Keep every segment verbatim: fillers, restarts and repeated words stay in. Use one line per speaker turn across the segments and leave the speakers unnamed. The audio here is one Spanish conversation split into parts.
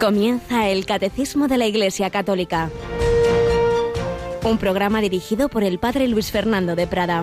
Comienza el Catecismo de la Iglesia Católica, un programa dirigido por el Padre Luis Fernando de Prada.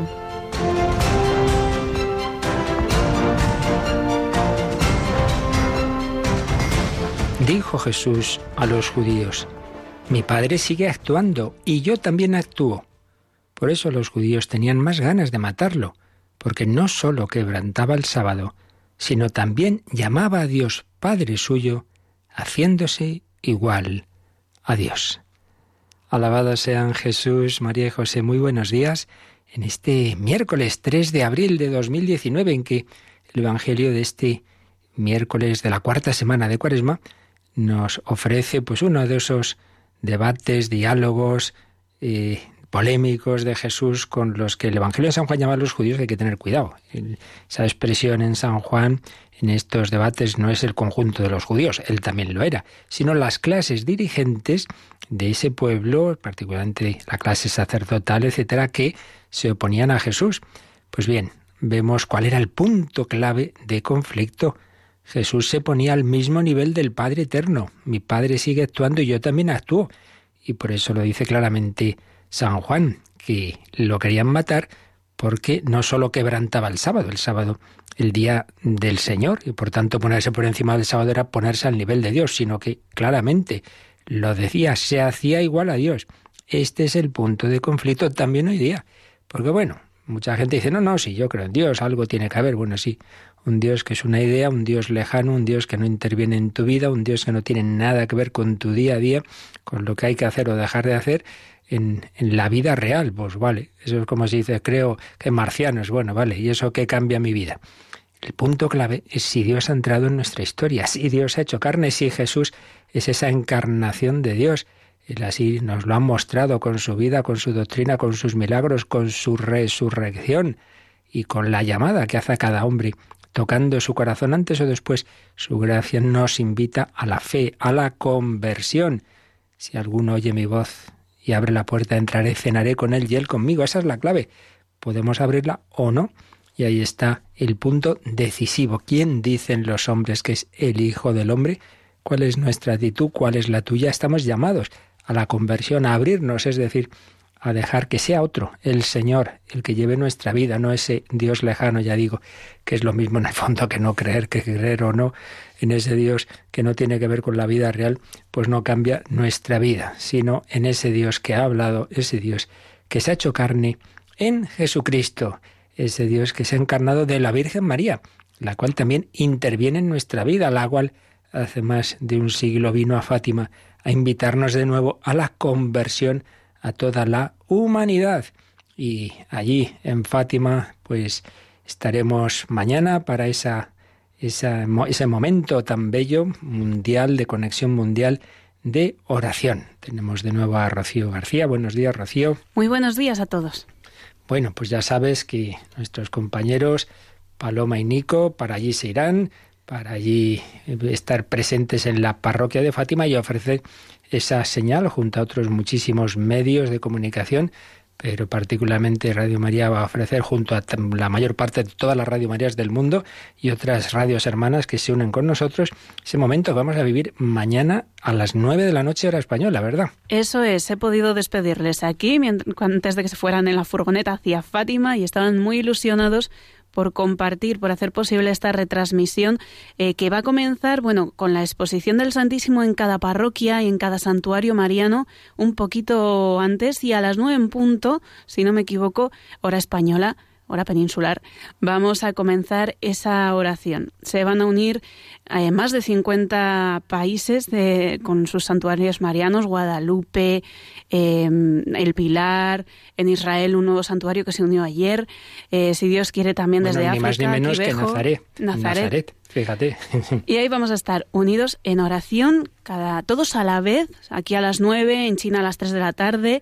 Dijo Jesús a los judíos: mi Padre sigue actuando y yo también actúo. Por eso los judíos tenían más ganas de matarlo, porque no solo quebrantaba el sábado, sino también llamaba a Dios Padre suyo, haciéndose igual a Dios. Alabados sean Jesús, María y José. Muy buenos días en este miércoles tres de abril de dos mil diecinueve, en que el Evangelio de este miércoles de la cuarta semana de Cuaresma nos ofrece pues uno de esos debates, diálogos eh, polémicos de Jesús con los que el Evangelio de San Juan llama a los judíos que hay que tener cuidado. El, esa expresión en San Juan, en estos debates, no es el conjunto de los judíos, él también lo era, sino las clases dirigentes de ese pueblo, particularmente la clase sacerdotal, etcétera, que se oponían a Jesús. Pues bien, vemos cuál era el punto clave de conflicto. Jesús se ponía al mismo nivel del Padre eterno. Mi Padre sigue actuando y yo también actúo. Y por eso lo dice claramente San Juan, que lo querían matar porque no solo quebrantaba el sábado, el sábado, el día del Señor, y por tanto ponerse por encima del sábado era ponerse al nivel de Dios, sino que claramente lo decía, se hacía igual a Dios. Este es el punto de conflicto también hoy día. Porque bueno, mucha gente dice, no, no, si yo creo en Dios, algo tiene que haber. Bueno, sí, un Dios que es una idea, un Dios lejano, un Dios que no interviene en tu vida, un Dios que no tiene nada que ver con tu día a día, con lo que hay que hacer o dejar de hacer en, en la vida real. Pues vale, eso es como si dices, creo que marcianos, bueno, vale, ¿y eso qué cambia mi vida? El punto clave es si Dios ha entrado en nuestra historia, si Dios ha hecho carne, si Jesús es esa encarnación de Dios. Él así nos lo ha mostrado con su vida, con su doctrina, con sus milagros, con su resurrección y con la llamada que hace a cada hombre, tocando su corazón antes o después. Su gracia nos invita a la fe, a la conversión. Si alguno oye mi voz y abre la puerta, entraré, cenaré con él y él conmigo. Esa es la clave. Podemos abrirla o no. Y ahí está el punto decisivo. ¿Quién dicen los hombres que es el Hijo del Hombre? ¿Cuál es nuestra actitud? ¿Cuál es la tuya? Estamos llamados a la conversión, a abrirnos, es decir, a dejar que sea otro, el Señor, el que lleve nuestra vida, no ese Dios lejano, ya digo, que es lo mismo en el fondo que no creer, que creer o no en ese Dios que no tiene que ver con la vida real, pues no cambia nuestra vida, sino en ese Dios que ha hablado, ese Dios que se ha hecho carne en Jesucristo, ese Dios que se ha encarnado de la Virgen María, la cual también interviene en nuestra vida, la cual hace más de un siglo vino a Fátima a invitarnos de nuevo a la conversión a toda la humanidad. Y allí en Fátima pues estaremos mañana para esa, esa, ese momento tan bello, mundial, de conexión mundial, de oración. Tenemos de nuevo a Rocío García. Buenos días, Rocío.
Muy buenos días a todos.
Bueno, pues ya sabes que nuestros compañeros Paloma y Nico para allí se irán, para allí estar presentes en la parroquia de Fátima y ofrecer esa señal junto a otros muchísimos medios de comunicación, pero particularmente Radio María va a ofrecer junto a la mayor parte de todas las Radio Marías del mundo y otras radios hermanas que se unen con nosotros, ese momento que vamos a vivir mañana a las nueve de la noche hora española, ¿verdad?
Eso es, he podido despedirles aquí mientras, antes de que se fueran en la furgoneta hacia Fátima y estaban muy ilusionados por compartir, por hacer posible esta retransmisión eh, que va a comenzar, bueno, con la exposición del Santísimo en cada parroquia y en cada santuario mariano un poquito antes y a las nueve en punto, si no me equivoco, hora española, hora peninsular, vamos a comenzar esa oración. Se van a unir eh, más de cincuenta países de, con sus santuarios marianos, Guadalupe, eh, El Pilar, en Israel un nuevo santuario que se unió ayer, eh, si Dios quiere también
bueno,
desde
ni
África,
más ni menos
Quibejo,
que Nazaret,
Nazaret.
Nazaret, fíjate.
Y ahí vamos a estar unidos en oración, cada todos a la vez, aquí a las nueve, en China a las tres de la tarde,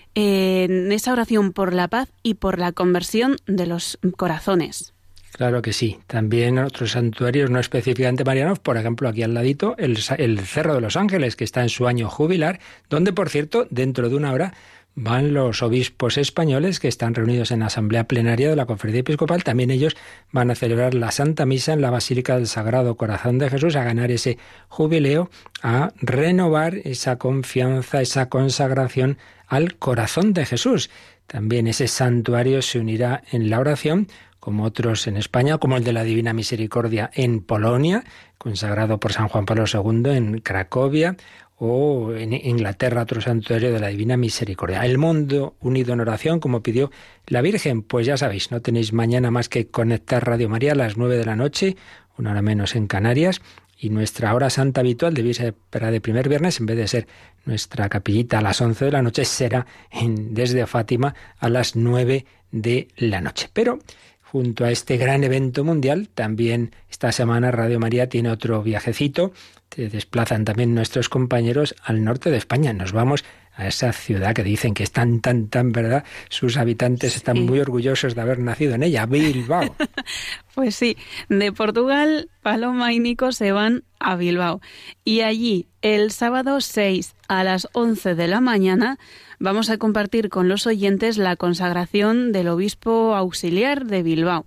en esa oración por la paz y por la conversión de los corazones.
Claro que sí. También otros santuarios no específicamente marianos, por ejemplo, aquí al ladito, el, el Cerro de los Ángeles, que está en su año jubilar, donde, por cierto, dentro de una hora van los obispos españoles que están reunidos en la Asamblea Plenaria de la Conferencia Episcopal. También ellos van a celebrar la Santa Misa en la Basílica del Sagrado Corazón de Jesús, a ganar ese jubileo, a renovar esa confianza, esa consagración al corazón de Jesús. También ese santuario se unirá en la oración, como otros en España, como el de la Divina Misericordia en Polonia, consagrado por San Juan Pablo segundo en Cracovia, o en Inglaterra otro santuario de la Divina Misericordia. El mundo unido en oración, como pidió la Virgen. Pues ya sabéis, no tenéis mañana más que conectar Radio María a las nueve de la noche, una hora menos en Canarias, y nuestra hora santa habitual de víspera de primer viernes, en vez de ser nuestra capillita a las once de la noche, será en, desde Fátima a las nueve de la noche. Pero junto a este gran evento mundial, también esta semana Radio María tiene otro viajecito. Se desplazan también nuestros compañeros al norte de España. Nos vamos a esa ciudad que dicen que es tan, tan, tan verdad. Sus habitantes están sí. muy orgullosos de haber nacido en ella, Bilbao.
Pues sí, de Portugal, Paloma y Nico se van a Bilbao. Y allí, el sábado seis a las once de la mañana, vamos a compartir con los oyentes la consagración del obispo auxiliar de Bilbao.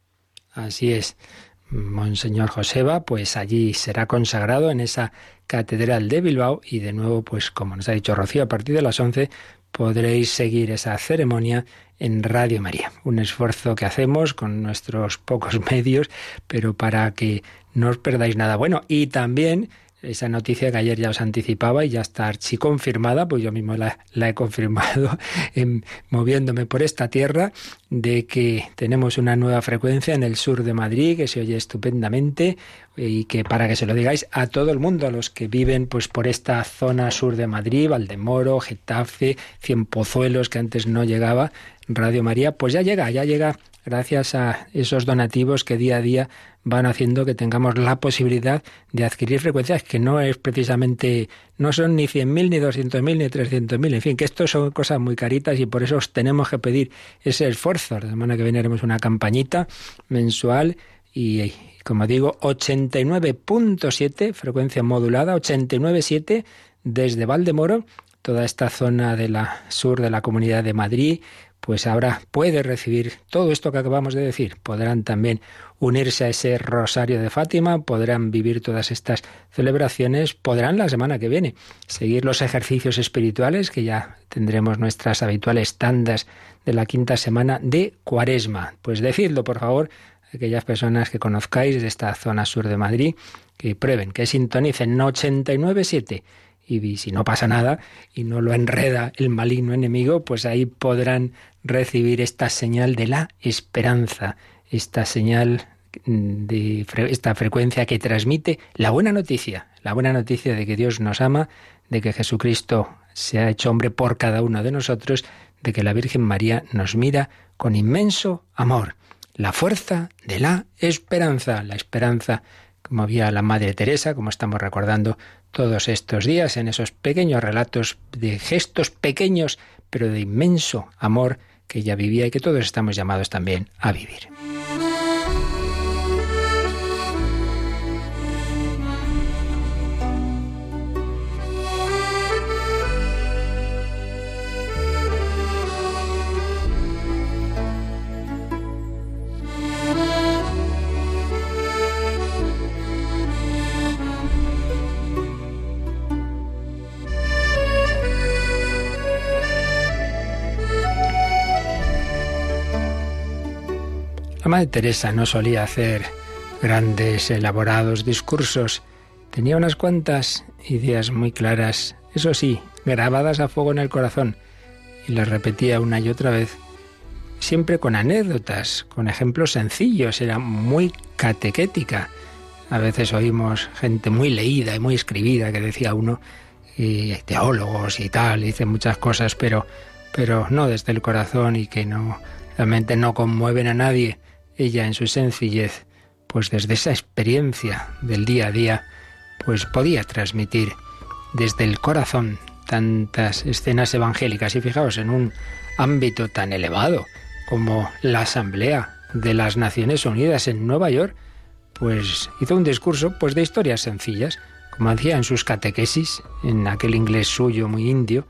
Así es. Monseñor Joseba, pues allí será consagrado en esa catedral de Bilbao y de nuevo, pues como nos ha dicho Rocío, a partir de las once podréis seguir esa ceremonia en Radio María. Un esfuerzo que hacemos con nuestros pocos medios, pero para que no os perdáis nada bueno. Y también esa noticia que ayer ya os anticipaba y ya está archiconfirmada, pues yo mismo la, la he confirmado en, moviéndome por esta tierra, de que tenemos una nueva frecuencia en el sur de Madrid que se oye estupendamente, y que para que se lo digáis a todo el mundo, a los que viven pues por esta zona sur de Madrid, Valdemoro, Getafe, Cienpozuelos, que antes no llegaba Radio María, pues ya llega, ya llega gracias a esos donativos que día a día van haciendo que tengamos la posibilidad de adquirir frecuencias que no es precisamente, no son ni cien mil, ni doscientos mil, ni trescientos mil, en fin, que esto son cosas muy caritas y por eso os tenemos que pedir ese esfuerzo. La semana que viene haremos una campañita mensual y, como digo, ochenta y nueve punto siete, frecuencia modulada, ochenta y nueve punto siete desde Valdemoro, toda esta zona de la sur de la Comunidad de Madrid, pues ahora puede recibir todo esto que acabamos de decir. Podrán también unirse a ese Rosario de Fátima, podrán vivir todas estas celebraciones, podrán la semana que viene seguir los ejercicios espirituales, que ya tendremos nuestras habituales tandas de la quinta semana de Cuaresma. Pues decidlo, por favor, a aquellas personas que conozcáis de esta zona sur de Madrid, que prueben, que sintonicen ochenta y nueve punto siete. Y si no pasa nada y no lo enreda el maligno enemigo, pues ahí podrán recibir esta señal de la esperanza, esta señal de esta frecuencia que transmite la buena noticia, la buena noticia de que Dios nos ama, de que Jesucristo se ha hecho hombre por cada uno de nosotros, de que la Virgen María nos mira con inmenso amor. La fuerza de la esperanza, la esperanza como había la Madre Teresa, como estamos recordando todos estos días en esos pequeños relatos de gestos pequeños, pero de inmenso amor que ella vivía y que todos estamos llamados también a vivir. La Madre Teresa no solía hacer grandes, elaborados discursos. Tenía unas cuantas ideas muy claras, eso sí, grabadas a fuego en el corazón, y las repetía una y otra vez, siempre con anécdotas, con ejemplos sencillos. Era muy catequética. A veces oímos gente muy leída y muy escribida que decía uno, y teólogos y tal, y dicen muchas cosas, pero, pero no desde el corazón y que no realmente no conmueven a nadie. Ella en su sencillez, pues desde esa experiencia del día a día, pues podía transmitir desde el corazón tantas escenas evangélicas. Y fijaos, en un ámbito tan elevado como la Asamblea de las Naciones Unidas en Nueva York, pues hizo un discurso pues de historias sencillas, como hacía en sus catequesis, en aquel inglés suyo muy indio,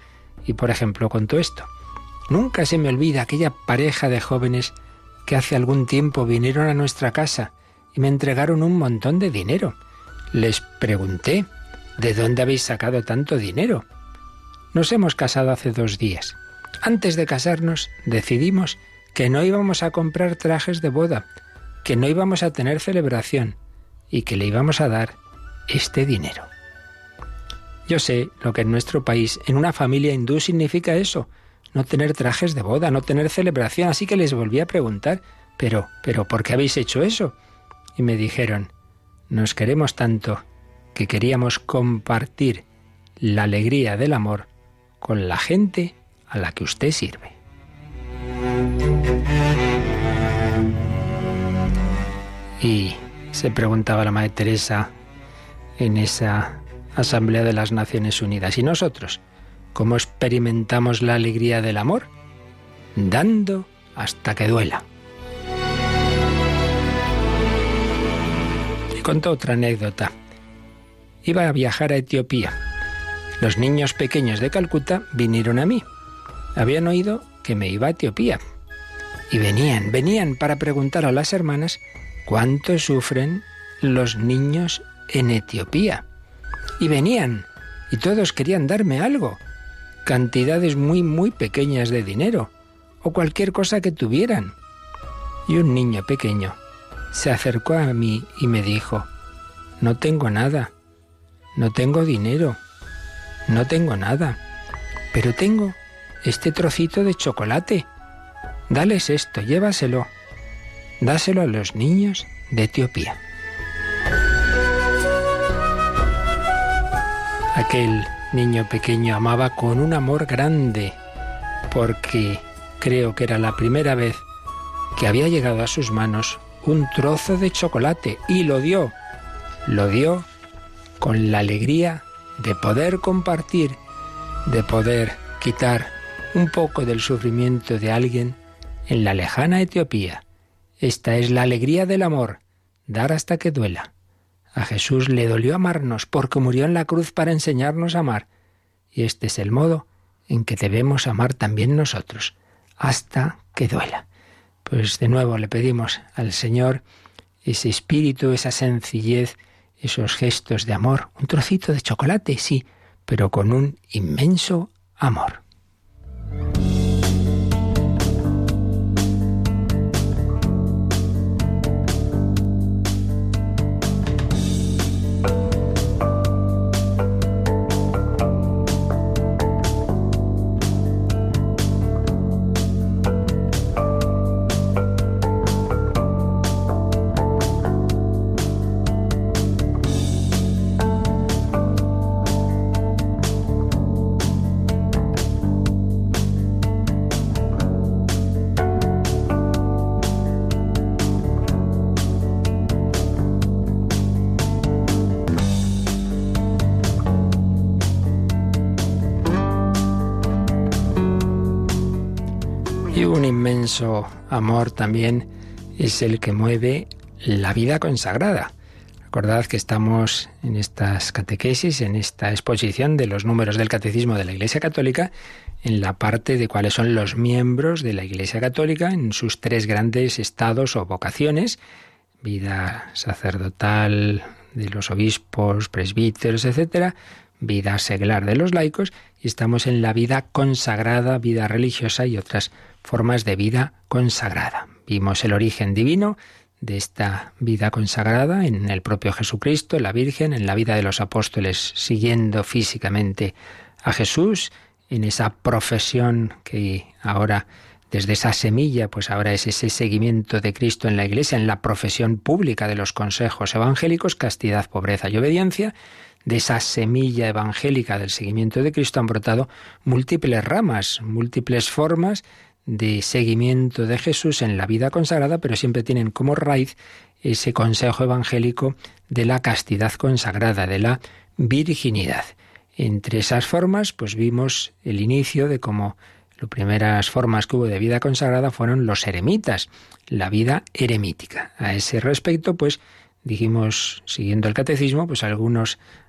Y por ejemplo contó esto. Nunca se me olvida aquella pareja de jóvenes que hace algún tiempo vinieron a nuestra casa y me entregaron un montón de dinero. Les pregunté, ¿de dónde habéis sacado tanto dinero? Nos hemos casado hace dos días. Antes de casarnos decidimos que no íbamos a comprar trajes de boda, que no íbamos a tener celebración y que le íbamos a dar este dinero. Yo sé lo que en nuestro país, en una familia hindú, significa eso, no tener trajes de boda, no tener celebración, así que les volví a preguntar, pero, pero, ¿por qué habéis hecho eso? Y me dijeron, nos queremos tanto que queríamos compartir la alegría del amor con la gente a la que usted sirve. Y se preguntaba la Madre Teresa en esa Asamblea de las Naciones Unidas, ¿y nosotros cómo experimentamos la alegría del amor? Dando hasta que duela. Y contó otra anécdota. Iba a viajar a Etiopía. Los niños pequeños de Calcuta vinieron a mí. Habían oído que me iba a Etiopía. Y venían, venían para preguntar a las hermanas cuánto sufren los niños en Etiopía. Y venían, y todos querían darme algo. Cantidades muy, muy pequeñas de dinero, o cualquier cosa que tuvieran. Y un niño pequeño se acercó a mí y me dijo, no tengo nada, no tengo dinero, no tengo nada, pero tengo este trocito de chocolate. Dales esto, llévaselo, dáselo a los niños de Etiopía. Aquel niño pequeño amaba con un amor grande, porque creo que era la primera vez que había llegado a sus manos un trozo de chocolate, y lo dio, lo dio con la alegría de poder compartir, de poder quitar un poco del sufrimiento de alguien en la lejana Etiopía. Esta es la alegría del amor, dar hasta que duela. A Jesús le dolió amarnos porque murió en la cruz para enseñarnos a amar. Y este es el modo en que debemos amar también nosotros, hasta que duela. Pues de nuevo le pedimos al Señor ese espíritu, esa sencillez, esos gestos de amor. Un trocito de chocolate, sí, pero con un inmenso amor. Y un inmenso amor también es el que mueve la vida consagrada. Recordad que estamos en estas catequesis, en esta exposición de los números del Catecismo de la Iglesia Católica, en la parte de cuáles son los miembros de la Iglesia Católica en sus tres grandes estados o vocaciones: vida sacerdotal de los obispos, presbíteros, etcétera, vida seglar de los laicos, y estamos en la vida consagrada, vida religiosa y otras formas de vida consagrada. Vimos el origen divino de esta vida consagrada en el propio Jesucristo, en la Virgen, en la vida de los apóstoles siguiendo físicamente a Jesús, en esa profesión que ahora, desde esa semilla, pues ahora es ese seguimiento de Cristo en la Iglesia, en la profesión pública de los consejos evangélicos, castidad, pobreza y obediencia. De esa semilla evangélica del seguimiento de Cristo han brotado múltiples ramas, múltiples formas de seguimiento de Jesús en la vida consagrada, pero siempre tienen como raíz ese consejo evangélico de la castidad consagrada, de la virginidad. Entre esas formas, pues vimos el inicio de cómo las primeras formas que hubo de vida consagrada fueron los eremitas, la vida eremítica. A ese respecto, pues dijimos, siguiendo el catecismo, pues algunos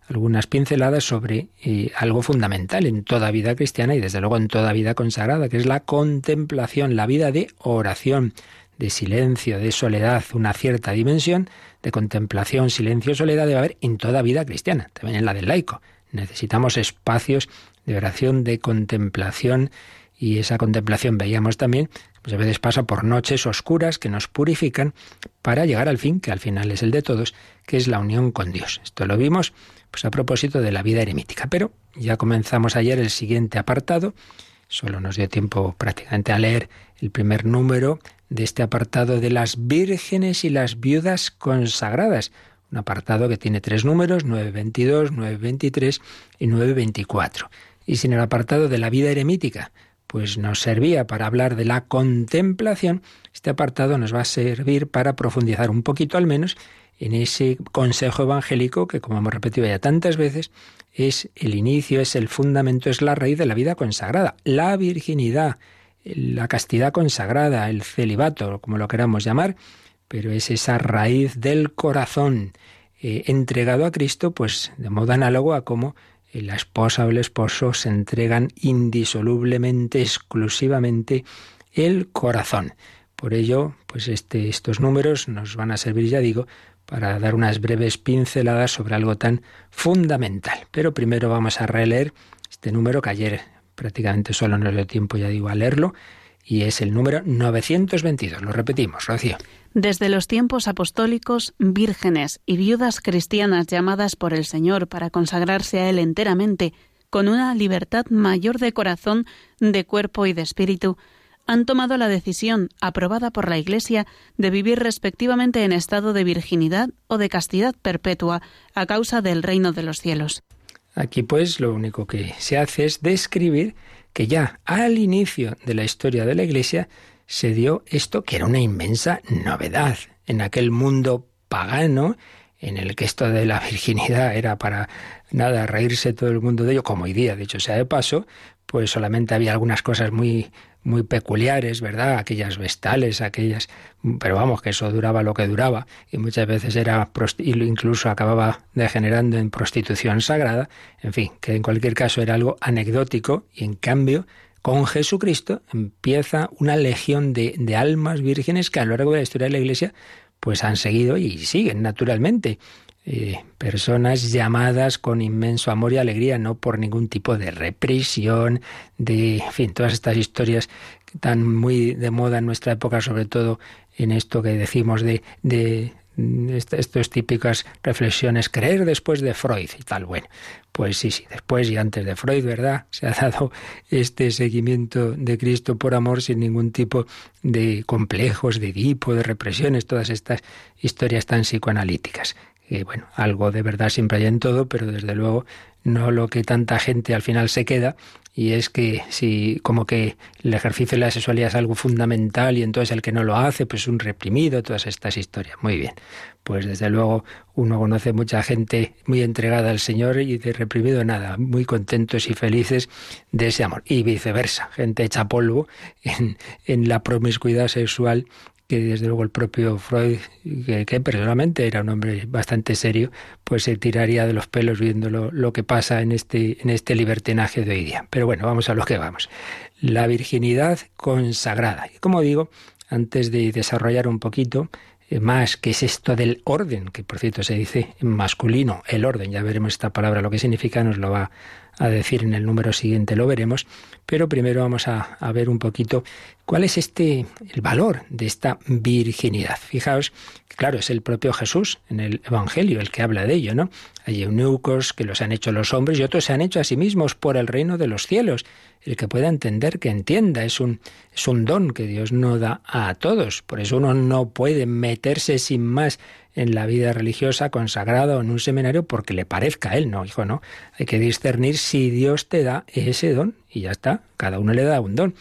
algunas pinceladas sobre eh, algo fundamental en toda vida cristiana y desde luego en toda vida consagrada, que es la contemplación, la vida de oración, de silencio, de soledad. Una cierta dimensión de contemplación, silencio, soledad debe haber en toda vida cristiana, también en la del laico. Necesitamos espacios de oración, de contemplación, y esa contemplación veíamos también, pues a veces pasa por noches oscuras que nos purifican para llegar al fin, que al final es el de todos, que es la unión con Dios. Esto lo vimos pues a propósito de la vida eremítica, pero ya comenzamos ayer el siguiente apartado. Solo nos dio tiempo prácticamente a leer el primer número de este apartado de las vírgenes y las viudas consagradas. Un apartado que tiene tres números, nueve veintidós, nueve veintitrés y nueve veinticuatro. Y sin el apartado de la vida eremítica, pues nos servía para hablar de la contemplación, este apartado nos va a servir para profundizar un poquito al menos en ese consejo evangélico que, como hemos repetido ya tantas veces, es el inicio, es el fundamento, es la raíz de la vida consagrada. La virginidad, la castidad consagrada, el celibato, como lo queramos llamar, pero es esa raíz del corazón eh, entregado a Cristo, pues de modo análogo a cómo la esposa o el esposo se entregan indisolublemente, exclusivamente el corazón. Por ello, pues este, estos números nos van a servir, ya digo, para dar unas breves pinceladas sobre algo tan fundamental. Pero primero vamos a releer este número que ayer prácticamente solo nos dio tiempo, ya digo, a leerlo, y es el número novecientos veintidós. Lo repetimos, Rocío.
Desde los tiempos apostólicos, vírgenes y viudas cristianas llamadas por el Señor para consagrarse a Él enteramente, con una libertad mayor de corazón, de cuerpo y de espíritu, han tomado la decisión, aprobada por la Iglesia, de vivir respectivamente en estado de virginidad o de castidad perpetua, a causa del reino de los cielos.
Aquí, pues, lo único que se hace es describir que ya al inicio de la historia de la Iglesia se dio esto que era una inmensa novedad. En aquel mundo pagano, en el que esto de la virginidad era para nada reírse todo el mundo de ello, como hoy día, de hecho sea de paso, pues solamente había algunas cosas muy, muy peculiares, ¿verdad? Aquellas vestales, aquellas... Pero vamos, que eso duraba lo que duraba, y muchas veces era incluso acababa degenerando en prostitución sagrada. En fin, que en cualquier caso era algo anecdótico, y en cambio, con Jesucristo empieza una legión de, de almas vírgenes que a lo largo de la historia de la Iglesia pues han seguido y siguen naturalmente. Eh, personas llamadas con inmenso amor y alegría, no por ningún tipo de represión, de, en fin, todas estas historias que están muy de moda en nuestra época, sobre todo en esto que decimos de, de, de estas típicas reflexiones, creer después de Freud y tal. Bueno, pues sí, sí, después y antes de Freud, ¿verdad? Se ha dado este seguimiento de Cristo por amor sin ningún tipo de complejos, de Edipo, de represiones, todas estas historias tan psicoanalíticas. Que bueno, algo de verdad siempre hay en todo, pero desde luego no lo que tanta gente al final se queda, y es que si como que el ejercicio de la sexualidad es algo fundamental y entonces el que no lo hace pues es un reprimido, todas estas historias. Muy bien, pues desde luego uno conoce mucha gente muy entregada al Señor y de reprimido nada, muy contentos y felices de ese amor, y viceversa, gente hecha polvo en, en la promiscuidad sexual, que desde luego el propio Freud, que, que personalmente era un hombre bastante serio, pues se tiraría de los pelos viendo lo, lo que pasa en este, en este libertinaje de hoy día. Pero bueno, vamos a lo que vamos. La virginidad consagrada. Y como digo, antes de desarrollar un poquito eh, más qué es esto del orden, que por cierto se dice en masculino, el orden, ya veremos esta palabra lo que significa, nos lo va a decir en el número siguiente, lo veremos, pero primero vamos a, a ver un poquito cuál es este el valor de esta virginidad. Fijaos, claro, es el propio Jesús en el Evangelio el que habla de ello, ¿no? Hay eunucos que los han hecho los hombres y otros se han hecho a sí mismos por el reino de los cielos. El que pueda entender, que entienda, es un, es un don que Dios no da a todos. Por eso uno no puede meterse sin más en la vida religiosa, consagrada o en un seminario porque le parezca a él. No, hijo, no. Hay que discernir si Dios te da ese don y ya está. Cada uno le da un don.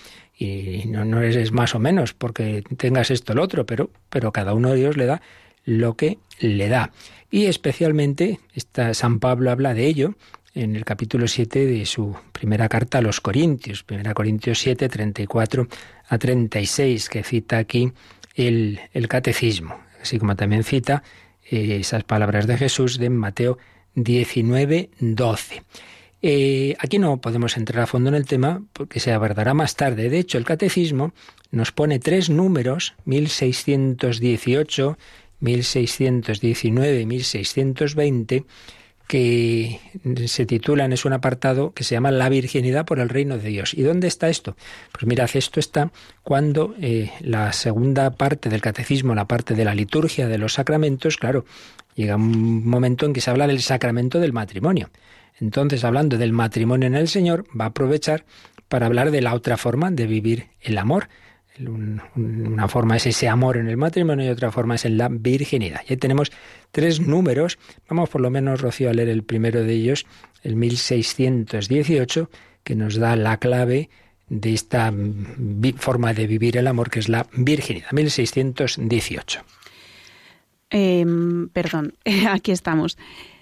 Y no, no es más o menos porque tengas esto o lo otro, pero, pero cada uno de Dios le da lo que le da. Y especialmente esta, San Pablo habla de ello en el capítulo siete de su primera carta a los Corintios, primera Corintios siete, treinta y cuatro a treinta y seis, que cita aquí el, el catecismo, así como también cita eh, esas palabras de Jesús de Mateo diecinueve doce. Eh, aquí no podemos entrar a fondo en el tema porque se abordará más tarde. De hecho, el Catecismo nos pone tres números, mil seiscientos dieciocho, mil seiscientos diecinueve y mil seiscientos veinte, que se titulan, es un apartado que se llama La virginidad por el reino de Dios. ¿Y dónde está esto? Pues mirad, esto está cuando eh, la segunda parte del Catecismo, la parte de la liturgia de los sacramentos, claro, llega un momento en que se habla del sacramento del matrimonio. Entonces, hablando del matrimonio en el Señor, va a aprovechar para hablar de la otra forma de vivir el amor. Una forma es ese amor en el matrimonio y otra forma es en la virginidad. Y ahí tenemos tres números. Vamos por lo menos, Rocío, a leer el primero de ellos, el mil seiscientos dieciocho, que nos da la clave de esta forma de vivir el amor, que es la virginidad. mil seiscientos dieciocho.
Eh, perdón, aquí estamos.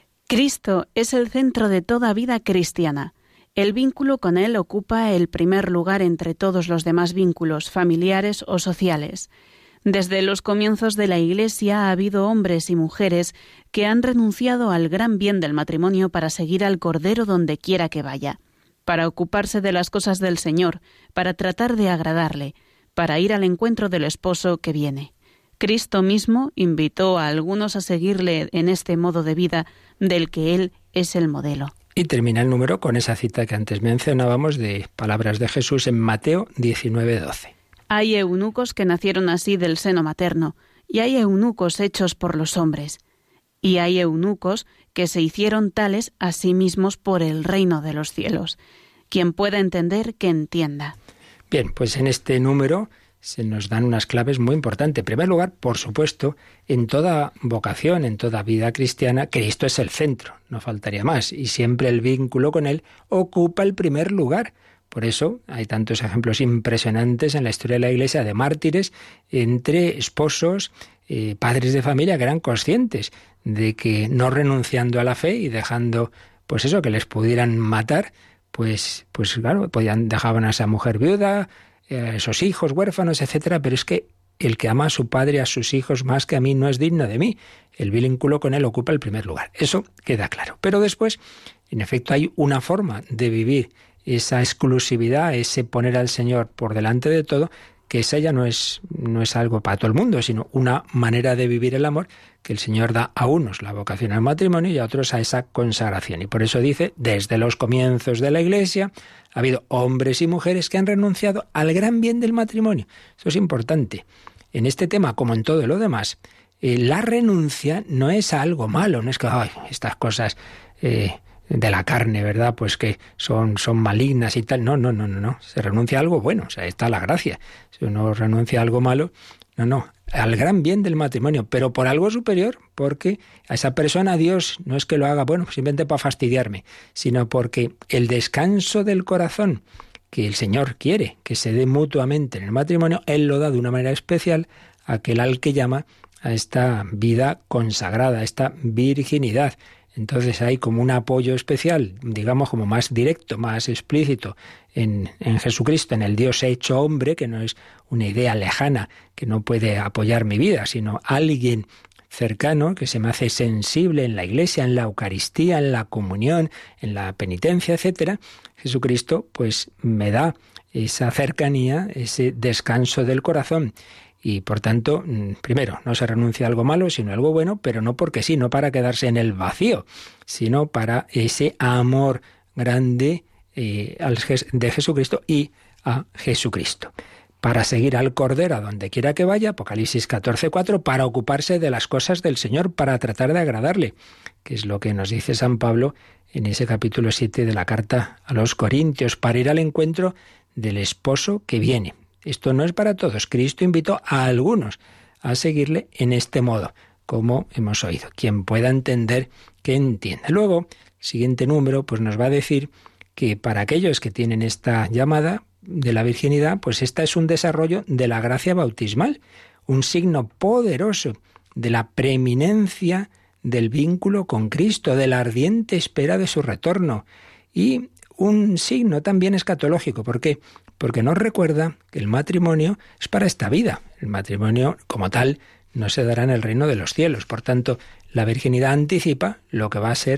Cristo es el centro de toda vida cristiana. El vínculo con Él ocupa el primer lugar entre todos los demás vínculos familiares o sociales. Desde los comienzos de la Iglesia ha habido hombres y mujeres que han renunciado al gran bien del matrimonio para seguir al Cordero donde quiera que vaya, para ocuparse de las cosas del Señor, para tratar de agradarle, para ir al encuentro del esposo que viene. Cristo mismo invitó a algunos a seguirle en este modo de vida del que Él es el modelo.
Y termina el número con esa cita que antes mencionábamos de palabras de Jesús en Mateo diecinueve doce.
Hay eunucos que nacieron así del seno materno, y hay eunucos hechos por los hombres, y hay eunucos que se hicieron tales a sí mismos por el reino de los cielos. Quien pueda entender, que entienda.
Bien, pues en este número se nos dan unas claves muy importantes. En primer lugar, por supuesto, en toda vocación, en toda vida cristiana, Cristo es el centro, no faltaría más, y siempre el vínculo con Él ocupa el primer lugar. Por eso hay tantos ejemplos impresionantes en la historia de la Iglesia de mártires entre esposos, eh, padres de familia que eran conscientes de que no renunciando a la fe y dejando, pues eso, que les pudieran matar, pues, pues claro, podían, dejaban a esa mujer viuda, a esos hijos huérfanos, etcétera, pero es que el que ama a su padre y a sus hijos más que a mí no es digno de mí. El vínculo con Él ocupa el primer lugar. Eso queda claro. Pero después, en efecto, hay una forma de vivir esa exclusividad, ese poner al Señor por delante de todo, que esa ya no es, no es algo para todo el mundo, sino una manera de vivir el amor que el Señor da a unos la vocación al matrimonio y a otros a esa consagración. Y por eso dice, desde los comienzos de la Iglesia ha habido hombres y mujeres que han renunciado al gran bien del matrimonio. Eso es importante. En este tema, como en todo lo demás, eh, la renuncia no es a algo malo, no es que ay, estas cosas eh, de la carne, ¿verdad? Pues que son, son malignas y tal. No, no, no, no, no. Se renuncia a algo bueno, o sea, está la gracia. Si uno renuncia a algo malo, no, no, al gran bien del matrimonio, pero por algo superior, porque a esa persona Dios no es que lo haga, bueno, simplemente para fastidiarme, sino porque el descanso del corazón que el Señor quiere que se dé mutuamente en el matrimonio, Él lo da de una manera especial a aquel al que llama a esta vida consagrada, a esta virginidad. Entonces hay como un apoyo especial, digamos como más directo, más explícito en, en Jesucristo, en el Dios hecho hombre, que no es una idea lejana que no puede apoyar mi vida, sino alguien cercano que se me hace sensible en la Iglesia, en la Eucaristía, en la comunión, en la penitencia, etcétera. Jesucristo pues me da esa cercanía, ese descanso del corazón. Y por tanto, primero, no se renuncia a algo malo, sino a algo bueno, pero no porque sí, no para quedarse en el vacío, sino para ese amor grande eh, de Jesucristo y a Jesucristo. Para seguir al Cordero a donde quiera que vaya, Apocalipsis catorce cuatro, para ocuparse de las cosas del Señor, para tratar de agradarle, que es lo que nos dice San Pablo en ese capítulo siete de la carta a los Corintios, para ir al encuentro del esposo que viene. Esto no es para todos. Cristo invitó a algunos a seguirle en este modo, como hemos oído. Quien pueda entender, que entienda. Luego, el siguiente número pues nos va a decir que para aquellos que tienen esta llamada de la virginidad, pues esta es un desarrollo de la gracia bautismal, un signo poderoso de la preeminencia del vínculo con Cristo, de la ardiente espera de su retorno, y un signo también escatológico. ¿Por qué? Porque nos recuerda que el matrimonio es para esta vida. El matrimonio, como tal, no se dará en el reino de los cielos. Por tanto, la virginidad anticipa lo que va a ser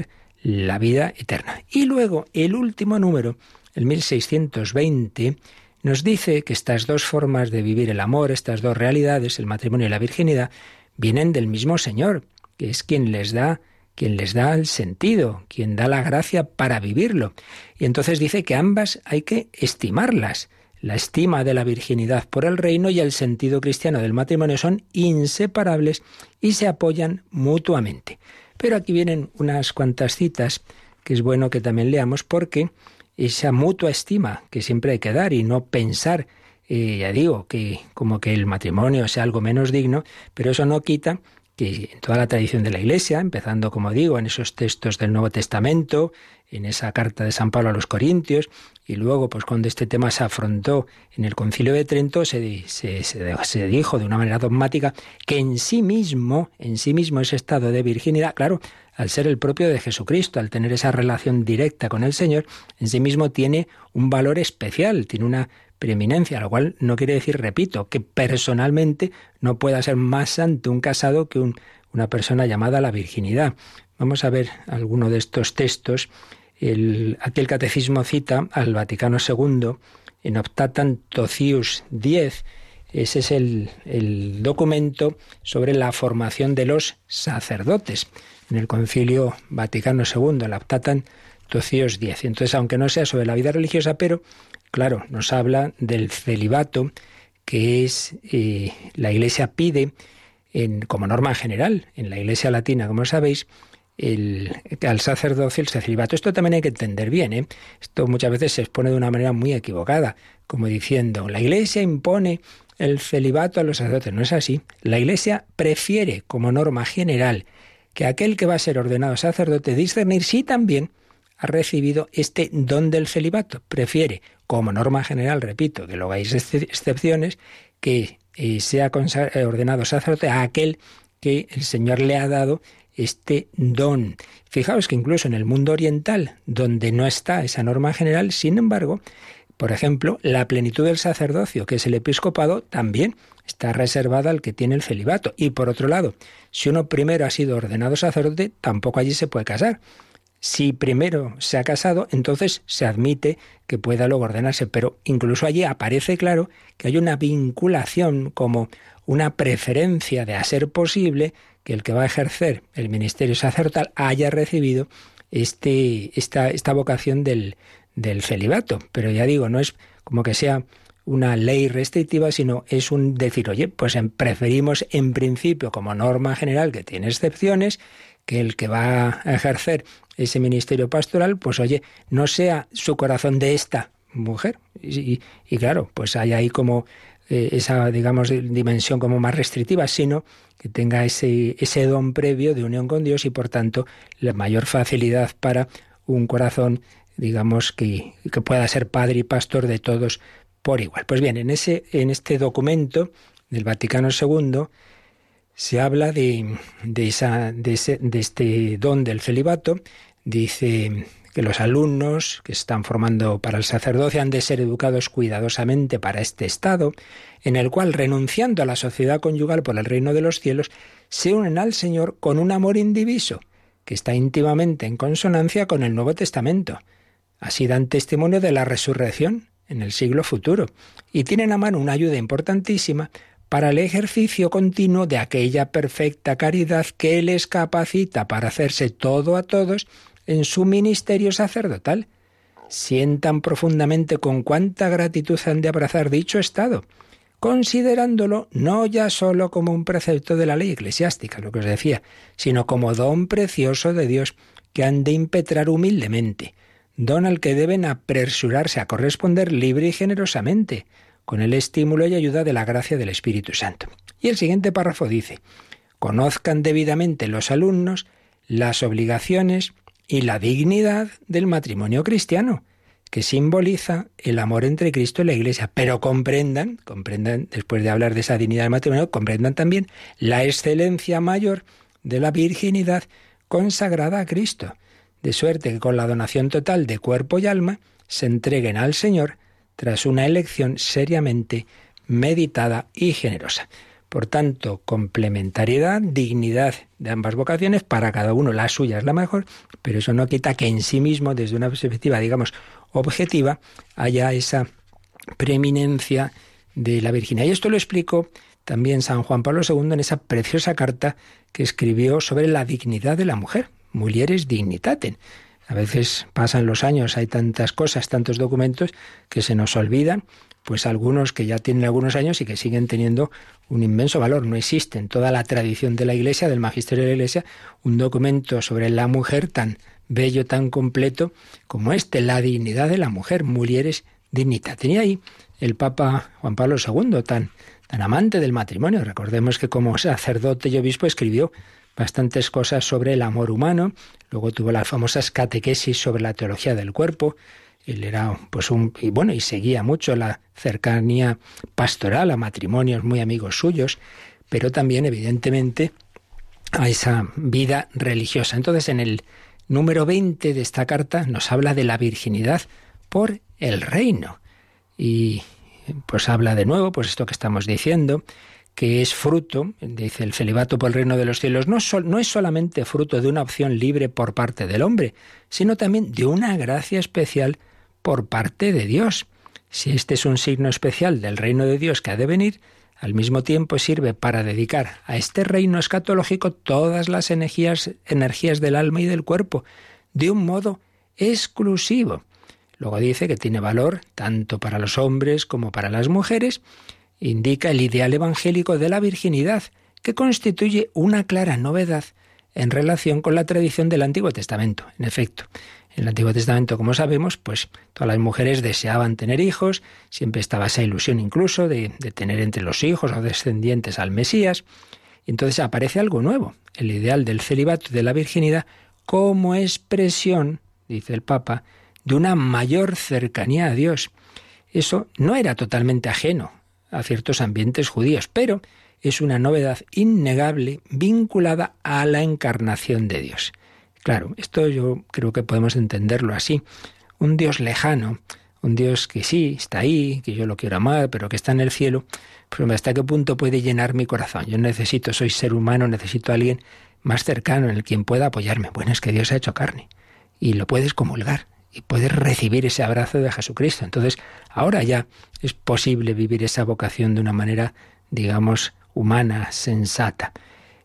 la vida eterna. Y luego el último número, el mil seiscientos veinte, nos dice que estas dos formas de vivir el amor, estas dos realidades, el matrimonio y la virginidad, vienen del mismo Señor, que es quien les da, quien les da el sentido, quien da la gracia para vivirlo. Y entonces dice que ambas hay que estimarlas. La estima de la virginidad por el reino y el sentido cristiano del matrimonio son inseparables y se apoyan mutuamente. Pero aquí vienen unas cuantas citas que es bueno que también leamos, porque esa mutua estima que siempre hay que dar y no pensar, eh, ya digo, que como que el matrimonio sea algo menos digno, pero eso no quita que en toda la tradición de la Iglesia, empezando, como digo, en esos textos del Nuevo Testamento, en esa carta de San Pablo a los Corintios, y luego, pues cuando este tema se afrontó en el Concilio de Trento, se, se, se, se dijo de una manera dogmática que en sí mismo, en sí mismo ese estado de virginidad, claro, al ser el propio de Jesucristo, al tener esa relación directa con el Señor, en sí mismo tiene un valor especial, tiene una preeminencia, lo cual no quiere decir, repito, que personalmente no pueda ser más santo un casado que un, una persona llamada a la virginidad. Vamos a ver alguno de estos textos. El, aquí el Catecismo cita al Vaticano segundo en Optatam Tocius diez. Ese es el, el documento sobre la formación de los sacerdotes en el Concilio Vaticano segundo, el Optatam Tocius diez. Entonces, aunque no sea sobre la vida religiosa, pero claro, nos habla del celibato, que es eh, la Iglesia pide, en, como norma general, en la Iglesia latina, como sabéis, el, al sacerdocio el celibato. Esto también hay que entender bien, ¿eh? Esto muchas veces se expone de una manera muy equivocada, como diciendo, la Iglesia impone el celibato a los sacerdotes. No es así. La Iglesia prefiere, como norma general, que aquel que va a ser ordenado sacerdote discernir si también ha recibido este don del celibato. Prefiere, como norma general, repito, que luego hay excepciones, que eh, sea ordenado sacerdote a aquel que el Señor le ha dado este don. Fijaos que incluso en el mundo oriental, donde no está esa norma general, sin embargo, por ejemplo, la plenitud del sacerdocio, que es el episcopado, también está reservada al que tiene el celibato. Y por otro lado, si uno primero ha sido ordenado sacerdote, tampoco allí se puede casar. Si primero se ha casado, entonces se admite que pueda luego ordenarse, pero incluso allí aparece claro que hay una vinculación, como una preferencia de, a ser posible, que el que va a ejercer el ministerio sacerdotal haya recibido este, esta, esta vocación del, del celibato. Pero ya digo, no es como que sea una ley restrictiva, sino es un decir, oye, pues preferimos en principio, como norma general, que tiene excepciones, que el que va a ejercer ese ministerio pastoral, pues oye, no sea su corazón de esta mujer. Y, y, y claro, pues hay ahí como eh, esa, digamos, dimensión como más restrictiva, sino que tenga ese, ese don previo de unión con Dios y por tanto la mayor facilidad para un corazón, digamos, que, que pueda ser padre y pastor de todos por igual. Pues bien, en, ese, en este documento del Vaticano segundo se habla de, de, esa, de, ese, de este don del celibato. Dice que los alumnos que se están formando para el sacerdocio han de ser educados cuidadosamente para este estado, en el cual, renunciando a la sociedad conyugal por el reino de los cielos, se unen al Señor con un amor indiviso, que está íntimamente en consonancia con el Nuevo Testamento. Así dan testimonio de la resurrección en el siglo futuro, y tienen a mano una ayuda importantísima para el ejercicio continuo de aquella perfecta caridad que les capacita para hacerse todo a todos en su ministerio sacerdotal. Sientan profundamente con cuánta gratitud han de abrazar dicho estado, considerándolo no ya sólo como un precepto de la ley eclesiástica, lo que os decía, sino como don precioso de Dios que han de impetrar humildemente, don al que deben apresurarse a corresponder libre y generosamente, con el estímulo y ayuda de la gracia del Espíritu Santo. Y el siguiente párrafo dice, conozcan debidamente los alumnos las obligaciones y la dignidad del matrimonio cristiano, que simboliza el amor entre Cristo y la Iglesia, pero comprendan, comprendan, después de hablar de esa dignidad del matrimonio, comprendan también la excelencia mayor de la virginidad consagrada a Cristo, de suerte que con la donación total de cuerpo y alma se entreguen al Señor tras una elección seriamente meditada y generosa. Por tanto, complementariedad, dignidad de ambas vocaciones, para cada uno la suya es la mejor, pero eso no quita que en sí mismo, desde una perspectiva, digamos, objetiva, haya esa preeminencia de la virginidad. Y esto lo explicó también San Juan Pablo segundo en esa preciosa carta que escribió sobre la dignidad de la mujer, Mulieres Dignitatem. A veces pasan los años, hay tantas cosas, tantos documentos que se nos olvidan, pues algunos que ya tienen algunos años y que siguen teniendo un inmenso valor. No existe en toda la tradición de la Iglesia, del magisterio de la Iglesia, un documento sobre la mujer tan bello, tan completo como este, la dignidad de la mujer, Mulieres Dignitatem. Tenía ahí el Papa Juan Pablo segundo, tan, tan amante del matrimonio. Recordemos que como sacerdote y obispo escribió bastantes cosas sobre el amor humano, luego tuvo las famosas catequesis sobre la teología del cuerpo. Él era, pues, un... y bueno, y seguía mucho la cercanía pastoral a matrimonios muy amigos suyos, pero también, evidentemente, a esa vida religiosa. Entonces, en el número veinte de esta carta nos habla de la virginidad por el reino. Y pues habla de nuevo, pues esto que estamos diciendo, que es fruto, dice el celibato por el reino de los cielos, no, sol, no es solamente fruto de una opción libre por parte del hombre, sino también de una gracia especial por parte de Dios. Si este es un signo especial del reino de Dios que ha de venir, al mismo tiempo sirve para dedicar a este reino escatológico todas las energías, energías del alma y del cuerpo, de un modo exclusivo. Luego dice que tiene valor tanto para los hombres como para las mujeres. Indica el ideal evangélico de la virginidad, que constituye una clara novedad en relación con la tradición del Antiguo Testamento. En efecto, en el Antiguo Testamento, como sabemos, pues todas las mujeres deseaban tener hijos, siempre estaba esa ilusión incluso de, de tener entre los hijos o descendientes al Mesías. Y entonces aparece algo nuevo, el ideal del celibato y de la virginidad como expresión, dice el Papa, de una mayor cercanía a Dios. Eso no era totalmente ajeno a ciertos ambientes judíos, pero es una novedad innegable vinculada a la encarnación de Dios. Claro, esto yo creo que podemos entenderlo así. Un Dios lejano, un Dios que sí, está ahí, que yo lo quiero amar, pero que está en el cielo, pues ¿hasta qué punto puede llenar mi corazón? Yo necesito, soy ser humano, necesito a alguien más cercano en el quien pueda apoyarme. Bueno, es que Dios se ha hecho carne y lo puedes comulgar y puedes recibir ese abrazo de Jesucristo. Entonces, ahora ya es posible vivir esa vocación de una manera, digamos, humana, sensata.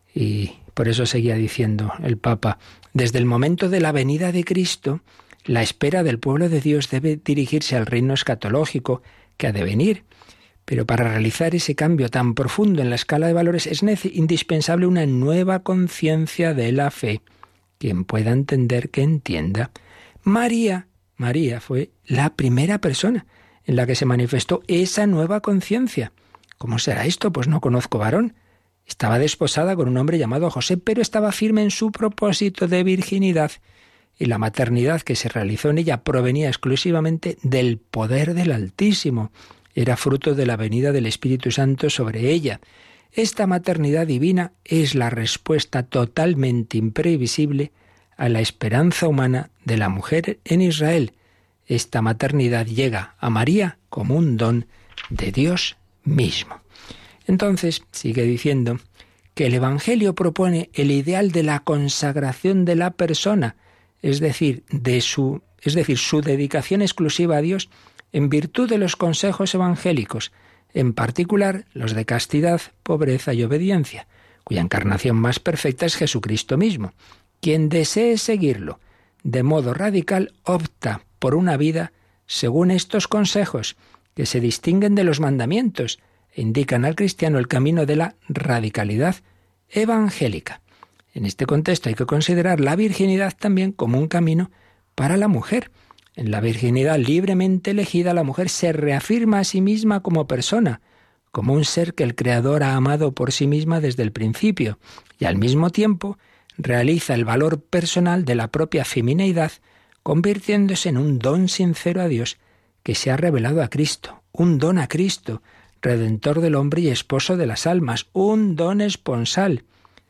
Y por eso seguía diciendo el Papa, desde el momento de la venida de Cristo, la espera del pueblo de Dios debe dirigirse al reino escatológico que ha de venir. Pero para realizar ese cambio tan profundo en la escala de valores es indispensable una nueva conciencia de la fe. Quien pueda entender, que entienda. María, María fue la primera persona en la que se manifestó esa nueva conciencia. ¿Cómo será esto? Pues no conozco varón. Estaba desposada con un hombre llamado José, pero estaba firme en su propósito de virginidad. Y la maternidad que se realizó en ella provenía exclusivamente del poder del Altísimo. Era fruto de la venida del Espíritu Santo sobre ella. Esta maternidad divina es la respuesta totalmente imprevisible a la esperanza humana de la mujer en Israel. Esta maternidad llega a María como un don de Dios mismo. Entonces, sigue diciendo que el Evangelio propone el ideal de la consagración de la persona, es decir, de su, es decir, su dedicación exclusiva a Dios en virtud de los consejos evangélicos, en particular los de castidad, pobreza y obediencia, cuya encarnación más perfecta es Jesucristo mismo. Quien desee seguirlo de modo radical opta por una vida según estos consejos, que se distinguen de los mandamientos e indican al cristiano el camino de la radicalidad evangélica. En este contexto hay que considerar la virginidad también como un camino para la mujer. En la virginidad libremente elegida, la mujer se reafirma a sí misma como persona, como un ser que el Creador ha amado por sí misma desde el principio, y al mismo tiempo realiza el valor personal de la propia femineidad, convirtiéndose en un don sincero a Dios que se ha revelado a Cristo, un don a Cristo, Redentor del hombre y esposo de las almas, un don esponsal.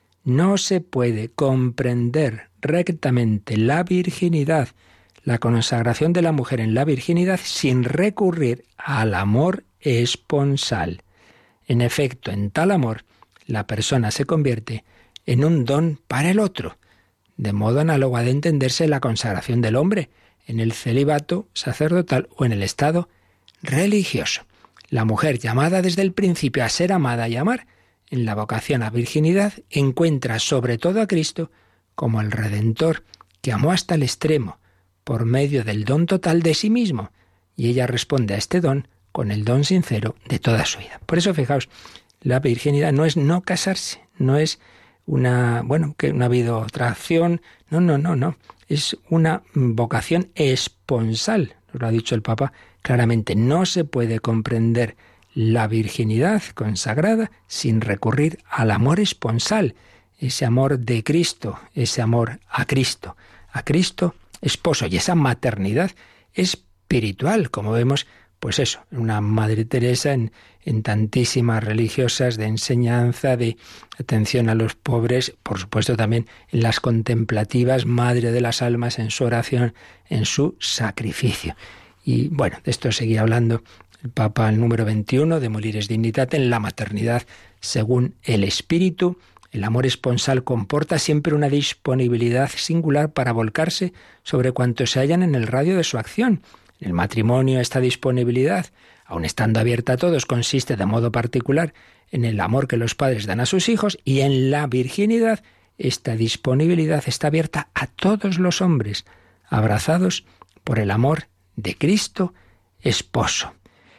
No se puede comprender rectamente la virginidad, la consagración de la mujer en la virginidad, sin recurrir al amor esponsal. En efecto, en tal amor la persona se convierte en un don para el otro. De modo análogo ha de entenderse la consagración del hombre en el celibato sacerdotal o en el estado religioso. La mujer, llamada desde el principio a ser amada y amar, en la vocación a virginidad, encuentra sobre todo a Cristo como el Redentor, que amó hasta el extremo, por medio del don total de sí mismo, y ella responde a este don con el don sincero de toda su vida. Por eso, fijaos, la virginidad no es no casarse, no es una, bueno, que no ha habido otra acción, no, no, no, no, es una vocación esponsal, lo ha dicho el Papa claramente. No se puede comprender la virginidad consagrada sin recurrir al amor esponsal, ese amor de Cristo, ese amor a Cristo, a Cristo esposo, y esa maternidad espiritual, como vemos, pues eso, una Madre Teresa en, en tantísimas religiosas de enseñanza, de atención a los pobres, por supuesto también en las contemplativas, Madre de las Almas en su oración, en su sacrificio. Y bueno, de esto seguía hablando el Papa, el número veintiuno de Mulieres Dignitatem, en la maternidad según el Espíritu. El amor esponsal comporta siempre una disponibilidad singular para volcarse sobre cuantos se hallan en el radio de su acción. En el matrimonio esta disponibilidad, aun estando abierta a todos, consiste de modo particular en el amor que los padres dan a sus hijos, y en la virginidad esta disponibilidad está abierta a todos los hombres, abrazados por el amor de Cristo esposo.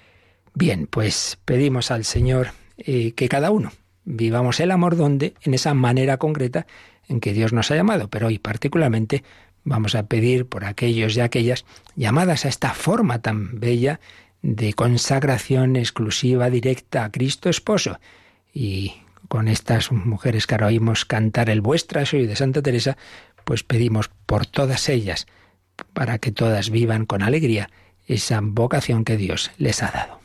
Bien, pues pedimos al Señor eh, que cada uno vivamos el amor donde, en esa manera concreta en que Dios nos ha llamado, pero hoy particularmente vamos a pedir por aquellos y aquellas llamadas a esta forma tan bella de consagración exclusiva, directa a Cristo esposo. Y con estas mujeres que ahora oímos cantar el Vuestra soy de Santa Teresa, pues pedimos por todas ellas, para que todas vivan con alegría esa vocación que Dios les ha dado.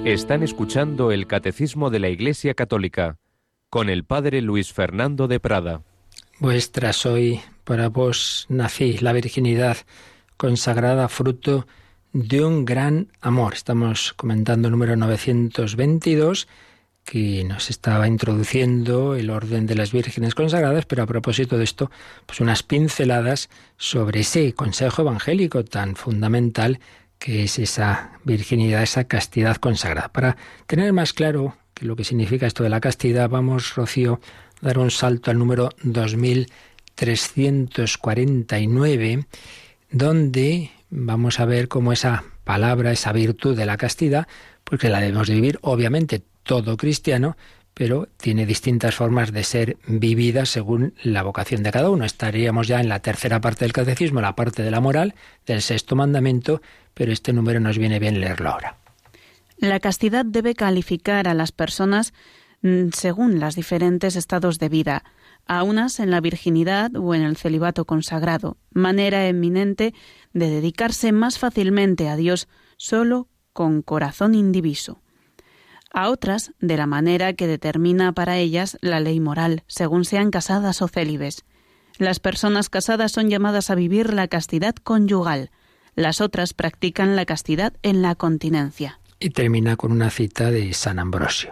Están escuchando el Catecismo de la Iglesia Católica con el Padre Luis Fernando de Prada.
Vuestra soy, para vos nací la virginidad consagrada, fruto de un gran amor. Estamos comentando el número novecientos veintidós, que nos estaba introduciendo el orden de las vírgenes consagradas, pero a propósito de esto, pues unas pinceladas sobre ese consejo evangélico tan fundamental que es esa virginidad, esa castidad consagrada. Para tener más claro que lo que significa esto de la castidad, vamos, Rocío, a dar un salto al número dos mil trescientos cuarenta y nueve, donde vamos a ver cómo esa palabra, esa virtud de la castidad, pues que la debemos de vivir, obviamente, todo cristiano, pero tiene distintas formas de ser vividas según la vocación de cada uno. Estaríamos ya en la tercera parte del catecismo, la parte de la moral, del sexto mandamiento, pero este número nos viene bien leerlo ahora.
La castidad debe calificar a las personas según los diferentes estados de vida, a unas en la virginidad o en el celibato consagrado, manera eminente de dedicarse más fácilmente a Dios solo con corazón indiviso. A otras de la manera que determina para ellas la ley moral, según sean casadas o célibes. Las personas casadas son llamadas a vivir la castidad conyugal, las otras practican la castidad en la continencia.
Y termina con una cita de San Ambrosio.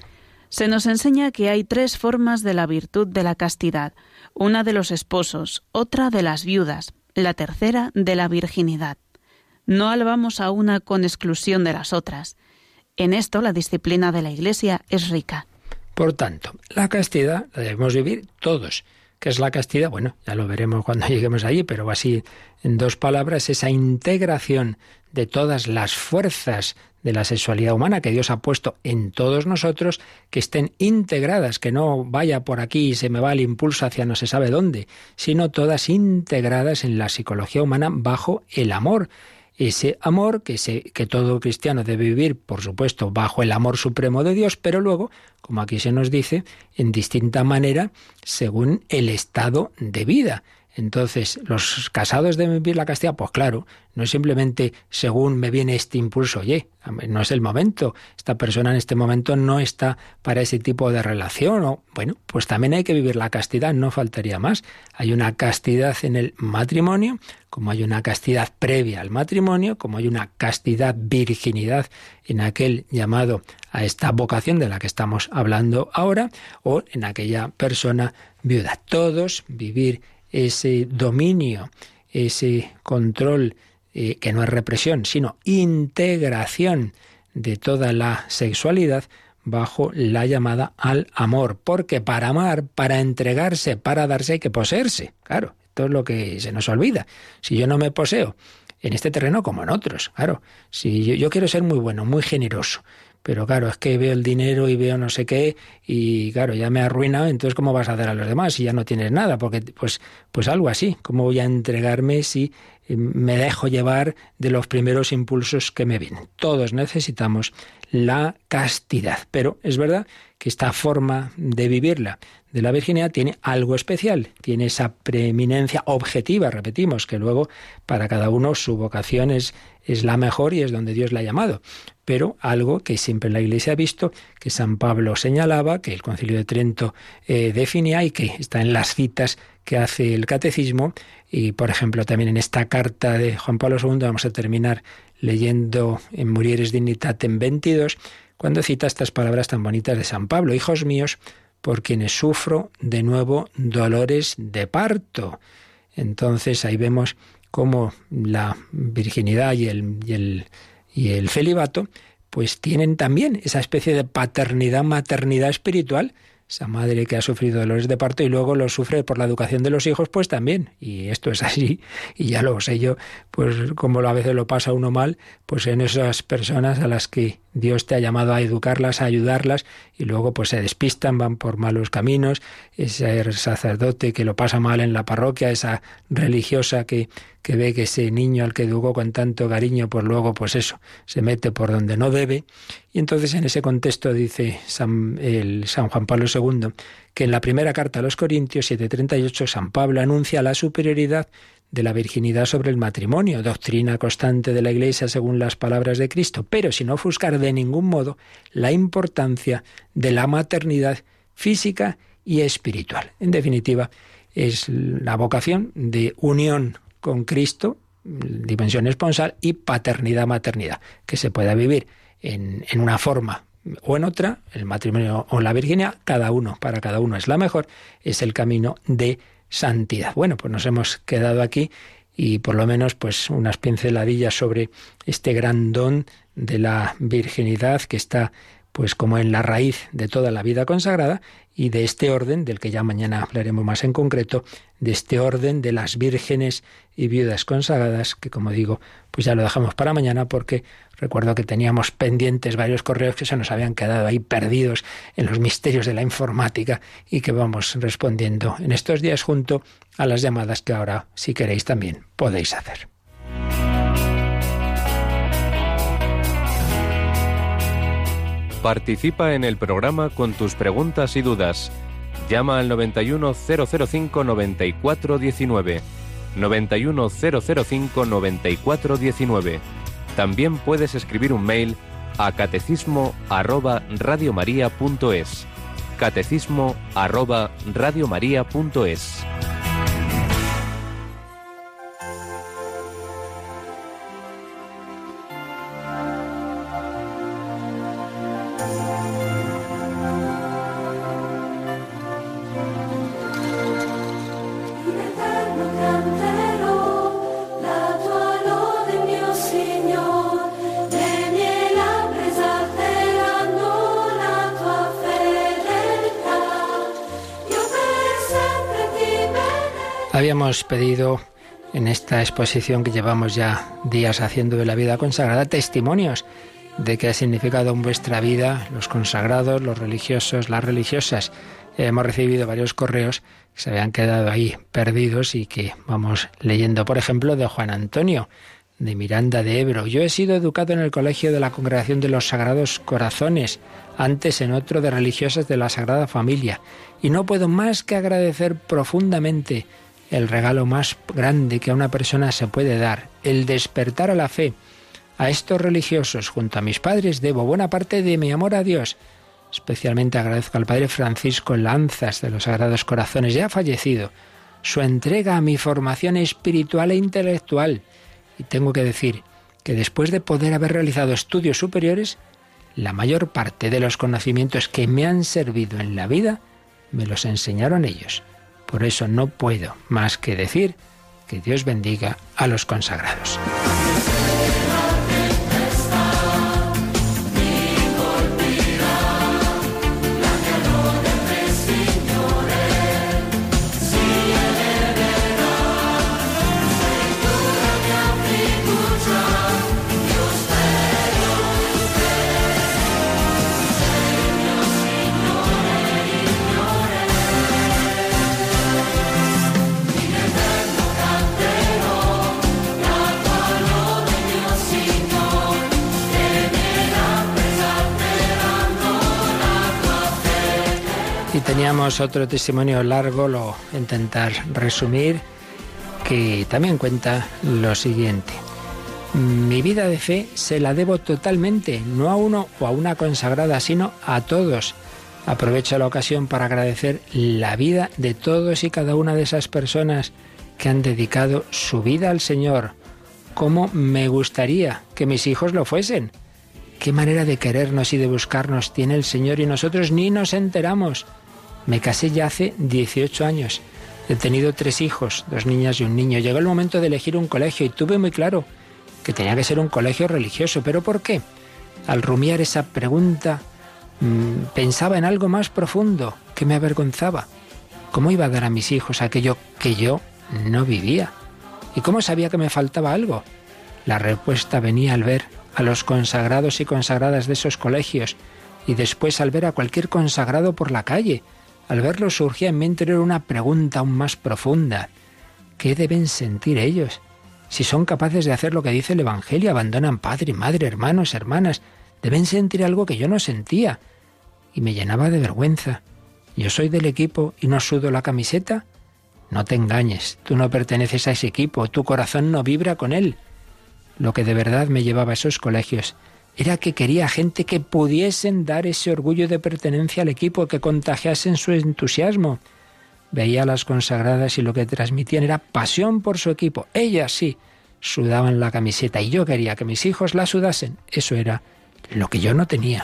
Se nos enseña que hay tres formas de la virtud de la castidad, una de los esposos, otra de las viudas, la tercera de la virginidad. No alabamos a una con exclusión de las otras. En esto la disciplina de la Iglesia es rica.
Por tanto, la castidad la debemos vivir todos. ¿Qué es la castidad? Bueno, ya lo veremos cuando lleguemos allí, pero así en dos palabras, esa integración de todas las fuerzas de la sexualidad humana que Dios ha puesto en todos nosotros, que estén integradas, que no vaya por aquí y se me va el impulso hacia no se sabe dónde, sino todas integradas en la psicología humana bajo el amor. Ese amor que, se, que todo cristiano debe vivir, por supuesto, bajo el amor supremo de Dios, pero luego, como aquí se nos dice, en distinta manera según el estado de vida. Entonces, ¿los casados deben vivir la castidad? Pues claro, no es simplemente según me viene este impulso, oye, no es el momento, esta persona en este momento no está para ese tipo de relación, o bueno, pues también hay que vivir la castidad, no faltaría más. Hay una castidad en el matrimonio, como hay una castidad previa al matrimonio, como hay una castidad, virginidad en aquel llamado a esta vocación de la que estamos hablando ahora, o en aquella persona viuda. Todos vivir ese dominio, ese control, eh, que no es represión, sino integración de toda la sexualidad bajo la llamada al amor. Porque para amar, para entregarse, para darse hay que poseerse. Claro, esto es lo que se nos olvida. Si yo no me poseo en este terreno como en otros, claro, si yo, yo quiero ser muy bueno, muy generoso, pero claro, es que veo el dinero y veo no sé qué y claro, ya me he arruinado, entonces ¿cómo vas a dar a los demás si ya no tienes nada? Porque pues, pues algo así, ¿cómo voy a entregarme si me dejo llevar de los primeros impulsos que me vienen? Todos necesitamos la castidad, pero es verdad que esta forma de vivirla de la virginidad tiene algo especial, tiene esa preeminencia objetiva, repetimos, que luego para cada uno su vocación es, es la mejor y es donde Dios la ha llamado. Pero algo que siempre la Iglesia ha visto, que San Pablo señalaba, que el Concilio de Trento eh, definía y que está en las citas que hace el Catecismo, y por ejemplo también en esta carta de Juan Pablo segundo vamos a terminar leyendo en Mulieres Dignitatem veintidós, cuando cita estas palabras tan bonitas de San Pablo: hijos míos, por quienes sufro de nuevo dolores de parto. Entonces ahí vemos cómo la virginidad y el, y el, y el celibato pues tienen también esa especie de paternidad, maternidad espiritual. Esa madre que ha sufrido dolores de parto y luego lo sufre por la educación de los hijos, pues también. Y esto es así, y ya lo sé yo, pues como a veces lo pasa uno mal, pues en esas personas a las que Dios te ha llamado a educarlas, a ayudarlas, y luego pues se despistan, van por malos caminos. Ese sacerdote que lo pasa mal en la parroquia, esa religiosa que, que ve que ese niño al que educó con tanto cariño, pues luego, pues eso, se mete por donde no debe. Y entonces en ese contexto dice San, el San Juan Pablo segundo que en la primera carta a los Corintios siete treinta y ocho San Pablo anuncia la superioridad de la virginidad sobre el matrimonio, doctrina constante de la Iglesia según las palabras de Cristo, pero sin ofuscar de ningún modo la importancia de la maternidad física y espiritual. En definitiva, es la vocación de unión con Cristo, dimensión esponsal, y paternidad-maternidad, que se pueda vivir en, en una forma o en otra, el matrimonio o la virginidad, cada uno, para cada uno es la mejor, es el camino de santidad. Bueno, pues nos hemos quedado aquí y por lo menos pues unas pinceladillas sobre este gran don de la virginidad que está pues como en la raíz de toda la vida consagrada y de este orden, del que ya mañana hablaremos más en concreto, de este orden de las vírgenes y viudas consagradas, que como digo, pues ya lo dejamos para mañana porque recuerdo que teníamos pendientes varios correos que se nos habían quedado ahí perdidos en los misterios de la informática y que vamos respondiendo en estos días junto a las llamadas que ahora, si queréis, también podéis hacer.
Participa en el programa con tus preguntas y dudas. Llama al noventa y uno cero cero cinco noventa y cuatro diecinueve. noventa y uno cero cero cinco noventa y cuatro diecinueve. También puedes escribir un mail a catecismo arroba radiomaria.es. Catecismo arroba radiomaria.es.
Habíamos pedido en esta exposición que llevamos ya días haciendo de la vida consagrada testimonios de qué ha significado en vuestra vida los consagrados, los religiosos, las religiosas. Hemos recibido varios correos que se habían quedado ahí perdidos y que vamos leyendo. Por ejemplo, de Juan Antonio, de Miranda de Ebro. Yo he sido educado en el colegio de la Congregación de los Sagrados Corazones, antes en otro de religiosas de la Sagrada Familia, y no puedo más que agradecer profundamente el regalo más grande que a una persona se puede dar, el despertar a la fe. A estos religiosos, junto a mis padres, debo buena parte de mi amor a Dios. Especialmente agradezco al Padre Francisco Lanzas de los Sagrados Corazones, ya fallecido, su entrega a mi formación espiritual e intelectual. Y tengo que decir que después de poder haber realizado estudios superiores, la mayor parte de los conocimientos que me han servido en la vida me los enseñaron ellos. Por eso no puedo más que decir que Dios bendiga a los consagrados. Y teníamos otro testimonio largo, lo voy a intentar resumir, que también cuenta lo siguiente. Mi vida de fe se la debo totalmente, no a uno o a una consagrada, sino a todos. Aprovecho la ocasión para agradecer la vida de todos y cada una de esas personas que han dedicado su vida al Señor. ¿Cómo me gustaría que mis hijos lo fuesen? ¿Qué manera de querernos y de buscarnos tiene el Señor y nosotros ni nos enteramos? Me casé ya hace dieciocho años. He tenido tres hijos, dos niñas y un niño. Llegó el momento de elegir un colegio y tuve muy claro que tenía que ser un colegio religioso. ¿Pero por qué? Al rumiar esa pregunta, mmm, pensaba en algo más profundo que me avergonzaba. ¿Cómo iba a dar a mis hijos aquello que yo no vivía? ¿Y cómo sabía que me faltaba algo? La respuesta venía al ver a los consagrados y consagradas de esos colegios y después al ver a cualquier consagrado por la calle. Al verlo surgía en mi interior una pregunta aún más profunda. ¿Qué deben sentir ellos? Si son capaces de hacer lo que dice el Evangelio, abandonan padre, madre, hermanos, hermanas, deben sentir algo que yo no sentía. Y me llenaba de vergüenza. ¿Yo soy del equipo y no sudo la camiseta? No te engañes, tú no perteneces a ese equipo, tu corazón no vibra con él. Lo que de verdad me llevaba a esos colegios era que quería gente que pudiesen dar ese orgullo de pertenencia al equipo, que contagiasen su entusiasmo. Veía a las consagradas y lo que transmitían era pasión por su equipo. Ellas sí, sudaban la camiseta y yo quería que mis hijos la sudasen. Eso era lo que yo no tenía.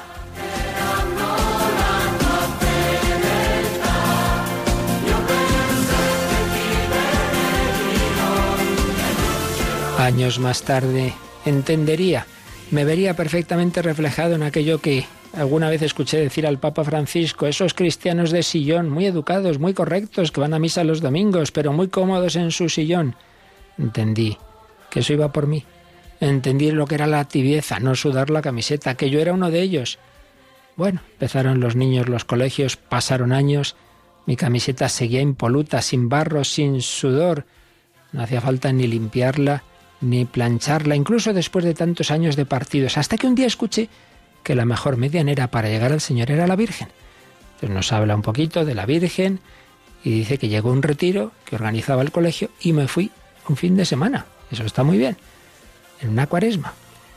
Años más tarde entendería, me vería perfectamente reflejado en aquello que alguna vez escuché decir al Papa Francisco, esos cristianos de sillón, muy educados, muy correctos, que van a misa los domingos, pero muy cómodos en su sillón. Entendí que eso iba por mí. Entendí lo que era la tibieza, no sudar la camiseta, que yo era uno de ellos. Bueno, empezaron los niños, los colegios, pasaron años, mi camiseta seguía impoluta, sin barro, sin sudor. No hacía falta ni limpiarla, ni plancharla, incluso después de tantos años de partidos, hasta que un día escuché que la mejor medianera para llegar al Señor era la Virgen. Entonces nos habla un poquito de la Virgen y dice que llegó un retiro que organizaba el colegio y me fui un fin de semana. Eso está muy bien. En una cuaresma.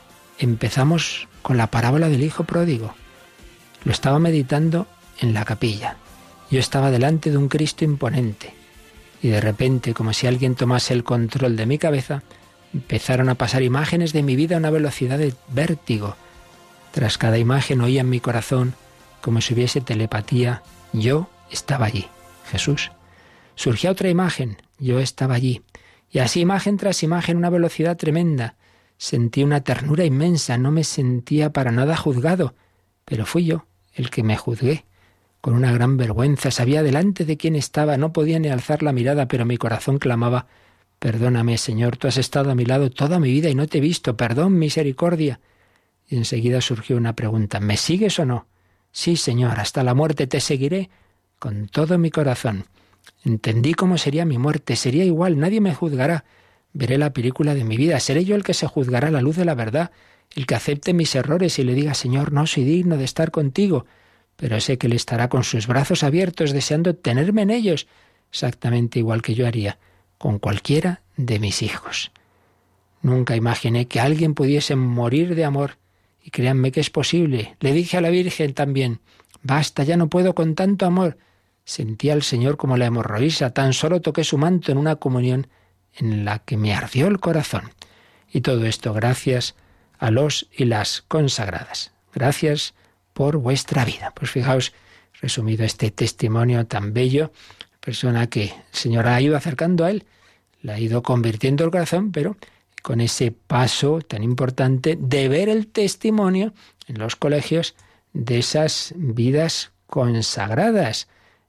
Empezamos con la parábola del hijo pródigo. Lo estaba meditando en la capilla. Yo estaba delante de un Cristo imponente y de repente, como si alguien tomase el control de mi cabeza, empezaron a pasar imágenes de mi vida a una velocidad de vértigo. Tras cada imagen oía en mi corazón, como si hubiese telepatía, yo estaba allí, Jesús. Surgía otra imagen, yo estaba allí. Y así imagen tras imagen, una velocidad tremenda. Sentí una ternura inmensa, no me sentía para nada juzgado, pero fui yo el que me juzgué. Con una gran vergüenza, sabía delante de quién estaba, no podía ni alzar la mirada, pero mi corazón clamaba, perdóname, Señor, tú has estado a mi lado toda mi vida y no te he visto, perdón, misericordia. Y enseguida surgió una pregunta, ¿me sigues o no? Sí, Señor, hasta la muerte te seguiré con todo mi corazón. Entendí cómo sería mi muerte, sería igual, nadie me juzgará. Veré la película de mi vida, seré yo el que se juzgará a la luz de la verdad, el que acepte mis errores y le diga, Señor, no soy digno de estar contigo, pero sé que Él estará con sus brazos abiertos deseando tenerme en ellos, exactamente igual que yo haría con cualquiera de mis hijos. Nunca imaginé que alguien pudiese morir de amor, y créanme que es posible. Le dije a la Virgen también, basta, ya no puedo con tanto amor. Sentí al Señor como la hemorroísa, tan solo toqué su manto en una comunión en la que me ardió el corazón. Y todo esto gracias a los y las consagradas. Gracias por vuestra vida. Pues fijaos, resumido este testimonio tan bello, persona que el Señor ha ido acercando a Él, le ha ido convirtiendo el corazón, pero con ese paso tan importante de ver el testimonio en los colegios de esas vidas consagradas,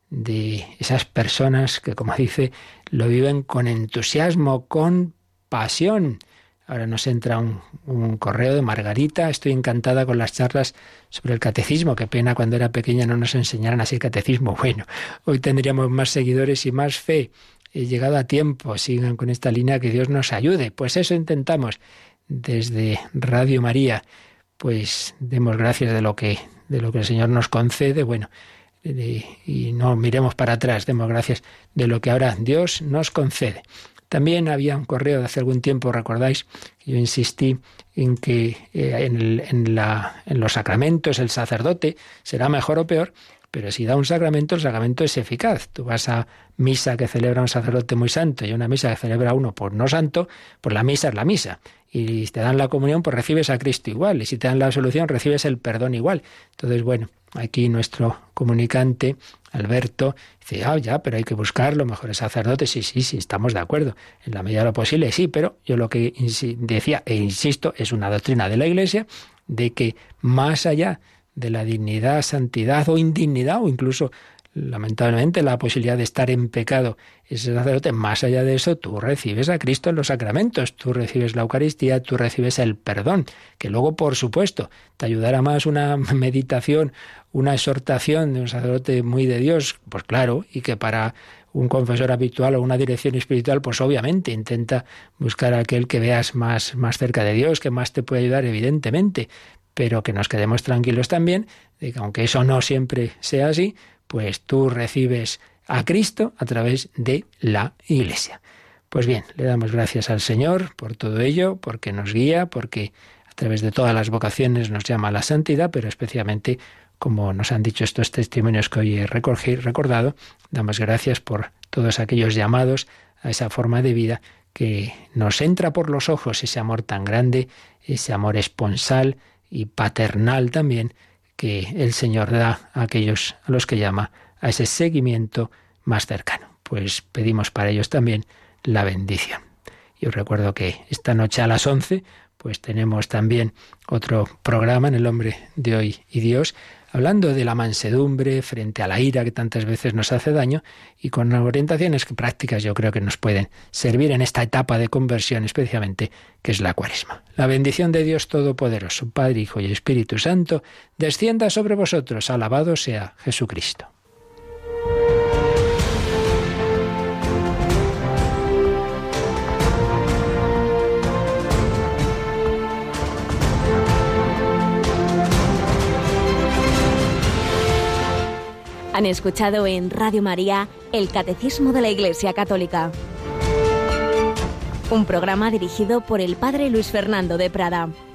de esas personas que, como dice, lo viven con entusiasmo, con pasión. Ahora nos entra un, un correo de Margarita. Estoy encantada con las charlas sobre el catecismo. Qué pena cuando era pequeña no nos enseñaran así el catecismo. Bueno, hoy tendríamos más seguidores y más fe. He llegado a tiempo. Sigan con esta línea, que Dios nos ayude. Pues eso intentamos desde Radio María. Pues demos gracias de lo que, de lo que el Señor nos concede. Bueno, de, y no miremos para atrás. Demos gracias de lo que ahora Dios nos concede. También había un correo de hace algún tiempo, recordáis, que yo insistí en que eh, en, el, en, la, en los sacramentos el sacerdote será mejor o peor, pero si da un sacramento, el sacramento es eficaz. Tú vas a misa que celebra un sacerdote muy santo y una misa que celebra uno por no santo, pues la misa es la misa. Y si te dan la comunión, pues recibes a Cristo igual. Y si te dan la absolución, recibes el perdón igual. Entonces, bueno, aquí nuestro comunicante, Alberto, dice, ah, ya, pero hay que buscar los mejores sacerdotes. Sí, sí, sí, estamos de acuerdo. En la medida de lo posible, sí, pero yo lo que decía, e insisto, es una doctrina de la Iglesia de que más allá de la dignidad, santidad o indignidad, o incluso, lamentablemente, la posibilidad de estar en pecado, ese sacerdote, más allá de eso, tú recibes a Cristo en los sacramentos, tú recibes la Eucaristía, tú recibes el perdón, que luego, por supuesto, te ayudará más una meditación, una exhortación de un sacerdote muy de Dios, pues claro, y que para un confesor habitual o una dirección espiritual, pues obviamente intenta buscar a aquel que veas más, más cerca de Dios, que más te puede ayudar, evidentemente, pero que nos quedemos tranquilos también de que aunque eso no siempre sea así, pues tú recibes a Cristo a través de la Iglesia. Pues bien, le damos gracias al Señor por todo ello, porque nos guía, porque a través de todas las vocaciones nos llama a la santidad, pero especialmente, como nos han dicho estos testimonios que hoy he recordado, damos gracias por todos aquellos llamados a esa forma de vida que nos entra por los ojos, ese amor tan grande, ese amor esponsal y paternal también, que el Señor da a aquellos a los que llama a ese seguimiento más cercano. Pues pedimos para ellos también la bendición. Y os recuerdo que esta noche a las once pues tenemos también otro programa en El Hombre de Hoy y Dios, hablando de la mansedumbre frente a la ira que tantas veces nos hace daño y con orientaciones prácticas yo creo que nos pueden servir en esta etapa de conversión especialmente que es la Cuaresma. La bendición de Dios Todopoderoso, Padre, Hijo y Espíritu Santo, descienda sobre vosotros. Alabado sea Jesucristo.
Han escuchado en Radio María el Catecismo de la Iglesia Católica, un programa dirigido por el Padre Luis Fernando de Prada.